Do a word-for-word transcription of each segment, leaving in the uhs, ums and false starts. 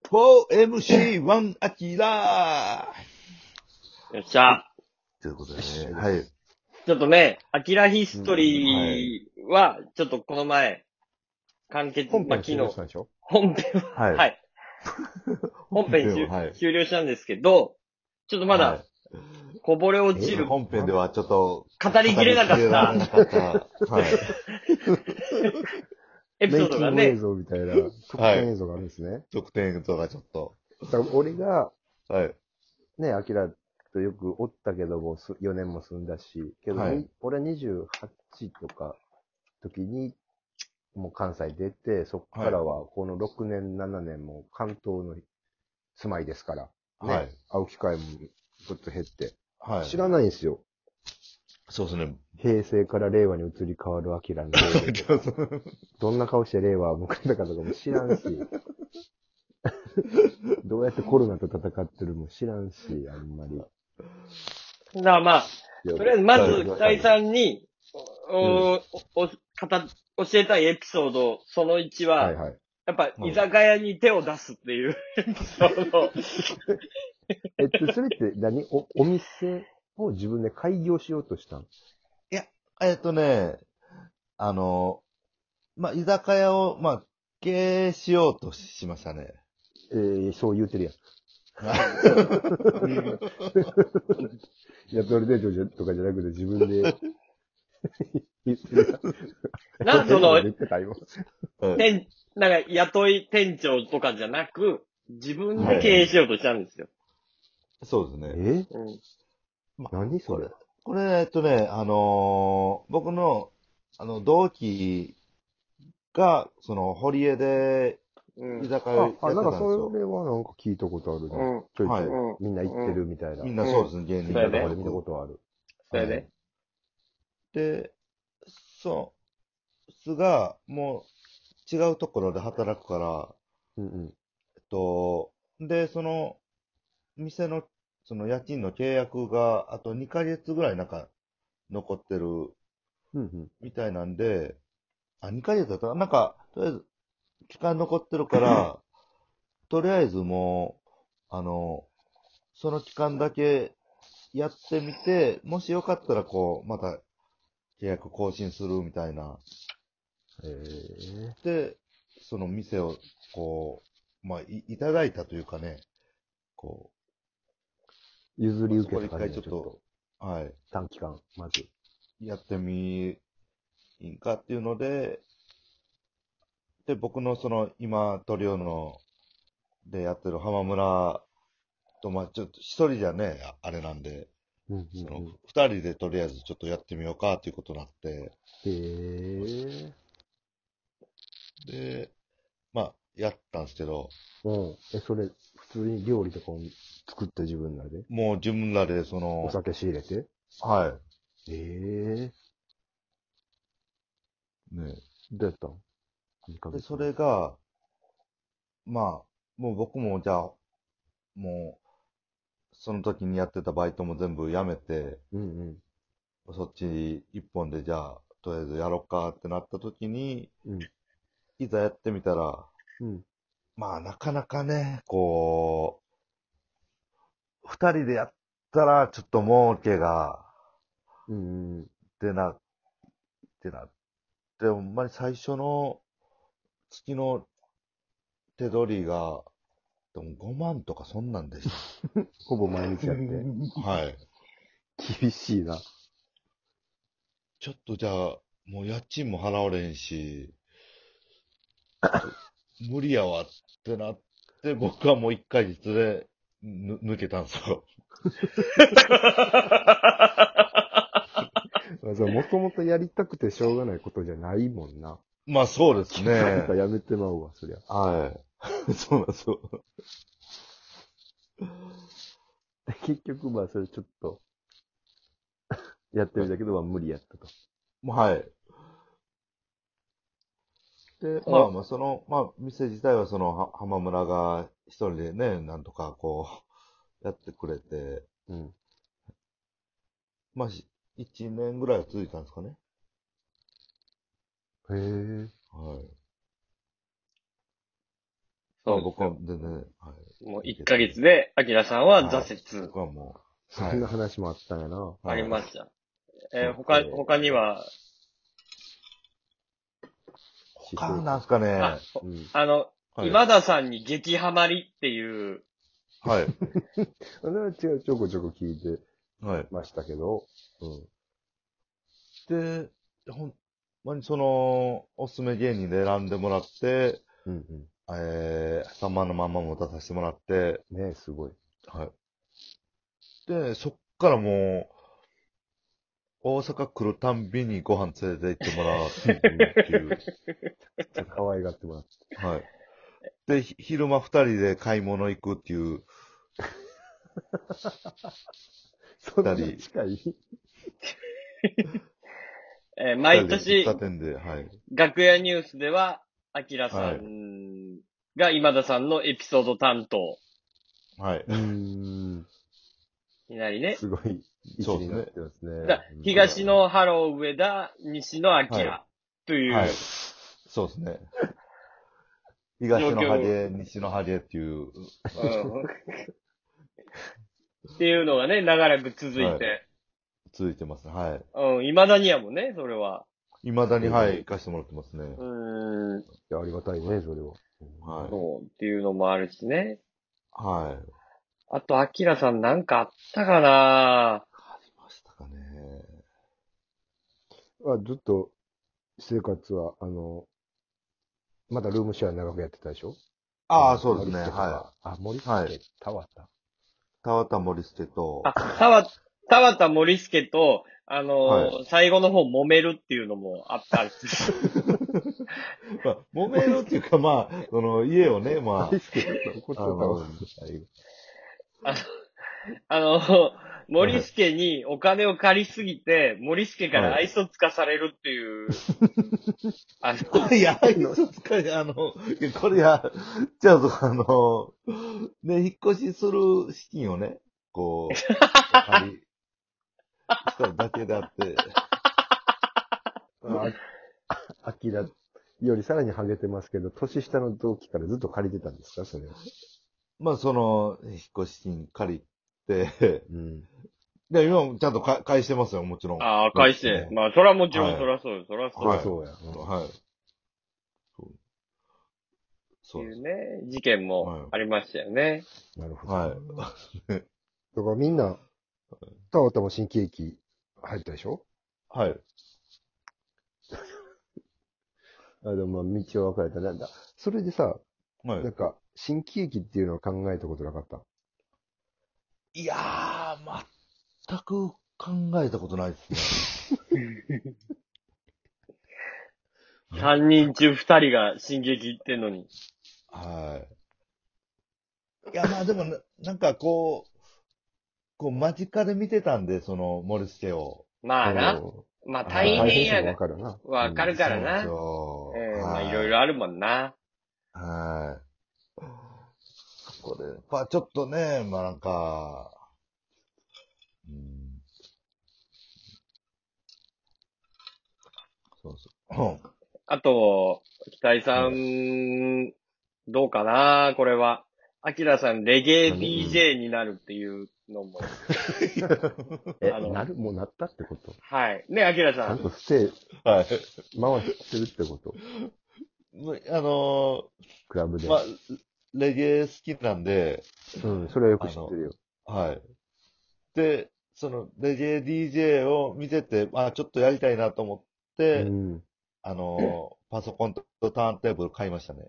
フォーエムシーワン アキラよっしゃ。 ということでね、はい。 ちょっとね、アキラヒストリーは、ちょっとこの前、完結、 本編まあ、昨日、 終了したんでしょ？ 本編は、 はい。 はい。本編終はい。 終了したんですけど、ちょっとまだ、 はいこぼれ落ちる、 本編ではちょっと、 語りきれなかっ語りきれられなたかった。はい。 エピソードがメイキング映ね、 像みたいな特典映像があるんですね。 得点とかちょっと。 だから俺が、 はい。 ね、アキラとよくおったけども、すよねんも住んだし、けど、 はいに俺はにじゅうはちとか時に、もう関西出て、そっからはこのろくねん、ななねんも関東の住まいですから、ね、 はい。 会う機会もちょっと減って、 はい。 知らないんですよ。 そうですね。 平成から令和に移り変わるアキラの令ちょっとどんな顔して令和を迎えたかとかも知らんし、どうやってコロナと戦ってるも知らんし、あんまり。 だからまあ、とりあえずまず、北井さんに、 んお、お、お、かた、教えたいエピソード、そのいちは、 はいはい。 やっぱ、居酒屋に手を出すっていうエピソード。 えっと、それって何お、お店を自分で開業しようとしたん？ いや、えっとね、あの、まあ、居酒屋を、まあ、経営しようとしましたね。 えー、そう言うてるやん。雇われ店長とかじゃなくて自分で言ってるやん。 なんその言ってたよ。 店、なんか、雇い店長とかじゃなく、自分で経営しようとしたんですよ。 そうですね。 えうん。 まあ何それ？ これ、えっとね、あのー僕の、あの、同期が、その、堀江で、 うん。 居酒屋やってあ、あ、なんかたんですよ。 それはなんか聞いたことあるな。 うんちょいちょい、 はいみんな行ってるみたいな。 みんなそうですね、芸人そうやねとかで見たことある。 それで。 で、そう、すが、もう、違うところで働くから、 うんうん。 えっと、で、その、店の、その家賃の契約が、あとにかげつぐらいなんか、残ってるうんうん。 みたいなんで、あ、にかげつだったかななんか、とりあえず、期間残ってるから、とりあえずもう、あの、その期間だけやってみて、もしよかったらこう、また契約更新するみたいな。 へえ。 で、その店を、こう、まあ、いいただいたというかね、こ譲う、 り受けたまあそこで一回ちょっ感じでちょっとと、はい、 短期間、まず。 やってみいいかっていうので、で、僕のその今、トリオのでやってる浜村と、まあちょっと一人じゃね、ああれなんで、 うんうんそのうん。 二人でとりあえずちょっとやってみようかっていうことになって、 へえ。 で、まあ、やったんですけど、 うん。え、それ、普通に料理とかを作って自分らでもう自分らでそおの、 酒仕入れてはええ。 い、ね。 どうやったん？ に ヶで、 月。 それが、まあ、もう僕もじゃあ、もう、その時にやってたバイトも全部やめて、 うんうん。 そっち一本でじゃあ、とりあえずやろうかってなった時に、 うん。 いざやってみたら、 うん。 まあなかなかね、こう、二人でやったらちょっと儲けがうんうん。 出な、ってなって、ほんまに最初の月の手取りが、でもごまんとかそんなんでしほぼ毎日やって。 た。はい。 厳しいな。 ちょっとじゃあ、もう家賃も払われへんし、無理やわってなって、僕はもう一ヶ月でぬ抜けたんですよ。 もともとやりたくてしょうがないことじゃないもんな。 まあそうですね。 なんかやめてまうわ、そりゃ。 はい。そうなんですよ。 結局、まあ、それちょっと、やってみたけど、まあ、無理やったと。 もうはい。で、まあまあ、その、まあ、店自体はその、は浜村が一人でね、なんとかこう、やってくれて、 うん。 まあ、し一年ぐらいは続いたんですかね。 へえ。 はい。 まあそう僕は全然、はい。 もういっかげつで、アキラさんは挫折僕はもう、 そんな話もあったんやな。 はいありました。えーそう他、 そう他には、 他なんすかね。 あ、 うん。 あの、 はい。 今田さんに激ハマりっていう、 はい。 あれは違う、ちょこちょこ聞いてはい。 ましたけど、うん。 で、ほんまにその、おすすめ芸人で選んでもらって、 うんえー、さんまんのまんまも出させてもらって、 うん。ねえ、すごい。 はい。で、そっからもう、大阪来るたんびにご飯連れて行ってもらうっていう。 めっちゃ可愛がってもらって。 はい。で、ひ昼間二人で買い物行くっていう、 そんな近いえー毎二人で年喫、茶店で、はい。 楽屋ニュースでは、アキラさんが今田さんのエピソード担当はい。 うーん。 になりね。 すごい位置になってますね。 だ東のハロー上田、西のアキラはという、 はい。そうですね。東のハゲ、西のハゲっていう、 うんっていうのがね、長らく続いはて、 続いてますね。はい。 うん、未だにやもんね、それは。 未だに、 うんはい、行かせてもらってますね。 うーん、 いやありがたいね、それは。 はい。 そう、っていうのもあるしね。 はい。 あと、アキラさんなんかあったかなありましたかね。 あずっと生活は、あの、まだルームシェア長くやってたでしょ？ ああ、そうですね。 森助とかはあ、森助、 はい田畑。 い。田畑森助と、 あ、田わ、田畑森助と、あのーは最後の方揉めるっていうのもあったんですよ。 まあ、揉めるっていうか、まあ、その、家をね、ま森助と怒ってたあ、あわの、 ああの、森助にお金を借りすぎて、森助から愛想つかされるっていう、あの、 いや、あいつ使い、あの、いやこれや、じゃあ、あの、ね、引っ越しする資金をね、こう、借り、しただけであって、 あ、あきらよりさらにハゲてますけど、年下の同期からずっと借りてたんですか、それは。 まあ、その、引っ越し金借りて、 うん。 で、今もちゃんとか返してますよ、もちろん。 ああ、返して。まあ、そらもちろん、 はいそらそうよ、そらそうよ。 はいそうや。うんはい。そうっそうです。 ていうね、事件もありましたよね。 なるほど。 はい。 だからみんな、たわたも新喜劇入ったでしょ？ はい。 あ、でもまあ道は分かれた。なんだ。それでさ、 はいなん。か、新喜劇っていうのは考えたことなかった。 いやー、全く考えたことないですね。 三人中二人が進撃行ってんのに。 はい。いや、まあでもな、なんかこう、こう間近で見てたんで、その、森助を。 まあな。 うんまああ大変やが大変さも分。かるな。 わかるからな。 そうなんですよ。 ええまあはいろいろあるもんな。 はい。これ、まあちょっとね、まあなんか、うん。そうそう。 あと、北井さん、どうかなこれは。アキラさん、レゲエ ディージェー になるっていうのも。 え、 あのなる、もうなったってこと？ はい。ね、アキラちゃんさん。 とステーはい。 回してるってこと？ あのクラブで。 ーまあ、レゲエ好きなんで、 うん、それはよく知ってるよ。 はい。で、その、レゲエ ディージェー を見てて、まあ、ちょっとやりたいなと思って、 うん。 あのー、パソコンとターンテーブル買いましたね。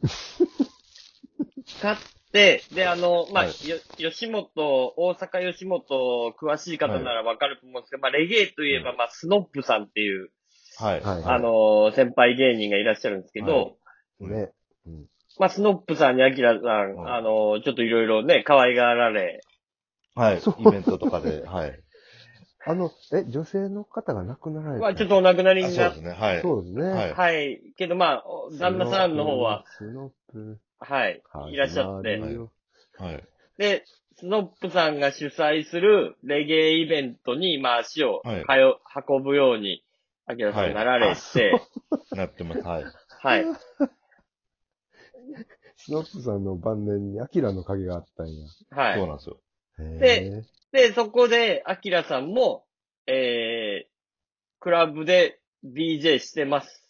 買って、で、あの、まあ、 はいよ、吉本、大阪吉本、詳しい方ならわかると思うんですけど、まあ、レゲエといえば、 うんまあ、スノップさんっていう、 はい。 はいあの、先輩芸人がいらっしゃるんですけど、 はいね。うん。 まあ、スノップさんにアキラさん、 はいあの、ちょっといろいろね、可愛がられ、 はい。 そうイベントとかで、はい。 あの、え、女性の方が亡くなられた。 まあ、ちょっとお亡くなりあになっそうですね。はい。 そうですね。 はいはい。けど、まあ、お旦那さんの方は、 スノップ、 はい、いらっしゃって、 始まるよはい。 で、スノップさんが主催するレゲエイベントに、まあ、足をはい通、運ぶように、アキラさんなられて、 なってます。はい。 はい。 スノップさんの晩年にアキラの影があったんや。 はい。 そうなんですよ。 へで、そこで、アキラさんも、えー、クラブで ディージェー してます。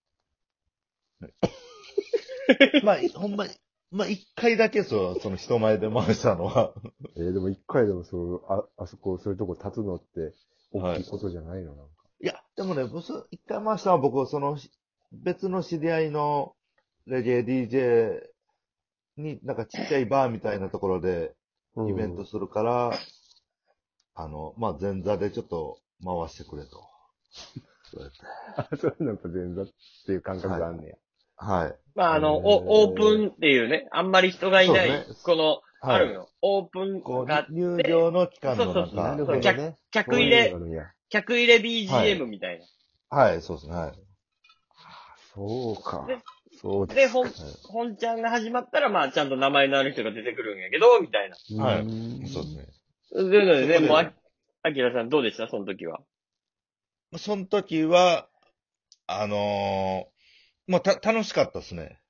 まあ、ほんまに、まあ、一回だけそう、その人前で回したのは。 えー、でも一回でもそう、あ、あそこ、そういうとこ立つのって、大きいことじゃないの、なんか。 いや、でもね、僕、一回回したのは僕、その、別の知り合いのレゲエ ディージェー に、なんかちっちゃいバーみたいなところでうんイベントするから、あの、まあ、前座でちょっと回してくれと。そうやってあ、そういうのと前座っていう感覚があんねや。 はい。 まあ、あの、 へーおオープンっていうね、あんまり人がいない、 そうねこの、 はいあるの。オープンこがあっう、入て、 場の期間のそうそうな中るほどね。 客入れそういうのがあるんや客入れ ビージーエム みたいな。 はい、そうですね。はい。 そうかで。で、 そうですか。 本、本ちゃんが始まったら、まあ、ちゃんと名前のある人が出てくるんやけど、みたいな。 はい。 うーんそうですね。 そういうのでね、 そこでもう、ああきらさんどうでしたその時は。 その時は、あのー、まあ、た、楽しかったですね。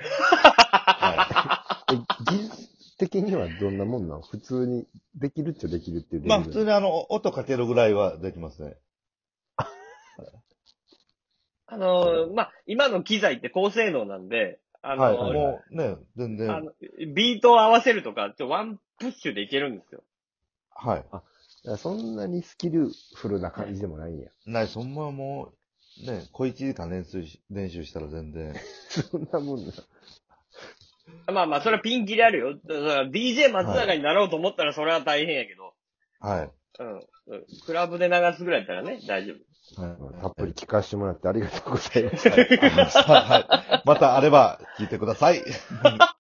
はえ、技術的にはどんなもんなの普通にできるっちゃできるっていうい。まあ、 レベル普通にあの、音かけるぐらいはできますね。 あのーまあ、今の機材って高性能なんで、あのーはい。もうね、全然。 あの、ビートを合わせるとか、ちょワンプッシュでいけるんですよ。 はい。 だからそんなにスキルフルな感じでもないんや。 ない、そんなもう、ね、小一時間練習し、練習したら全然。 そんなもんな。 まあまあ、それはピンキリあるよ。だから ディージェー 松永になろうと思ったらそれは大変やけど、 はい。 うん。うんクラブで流すぐらいだったらね、大丈夫。 はい。 たっぷり聞かせてもらってありがとうございました。 はい。またあれば聞いてください。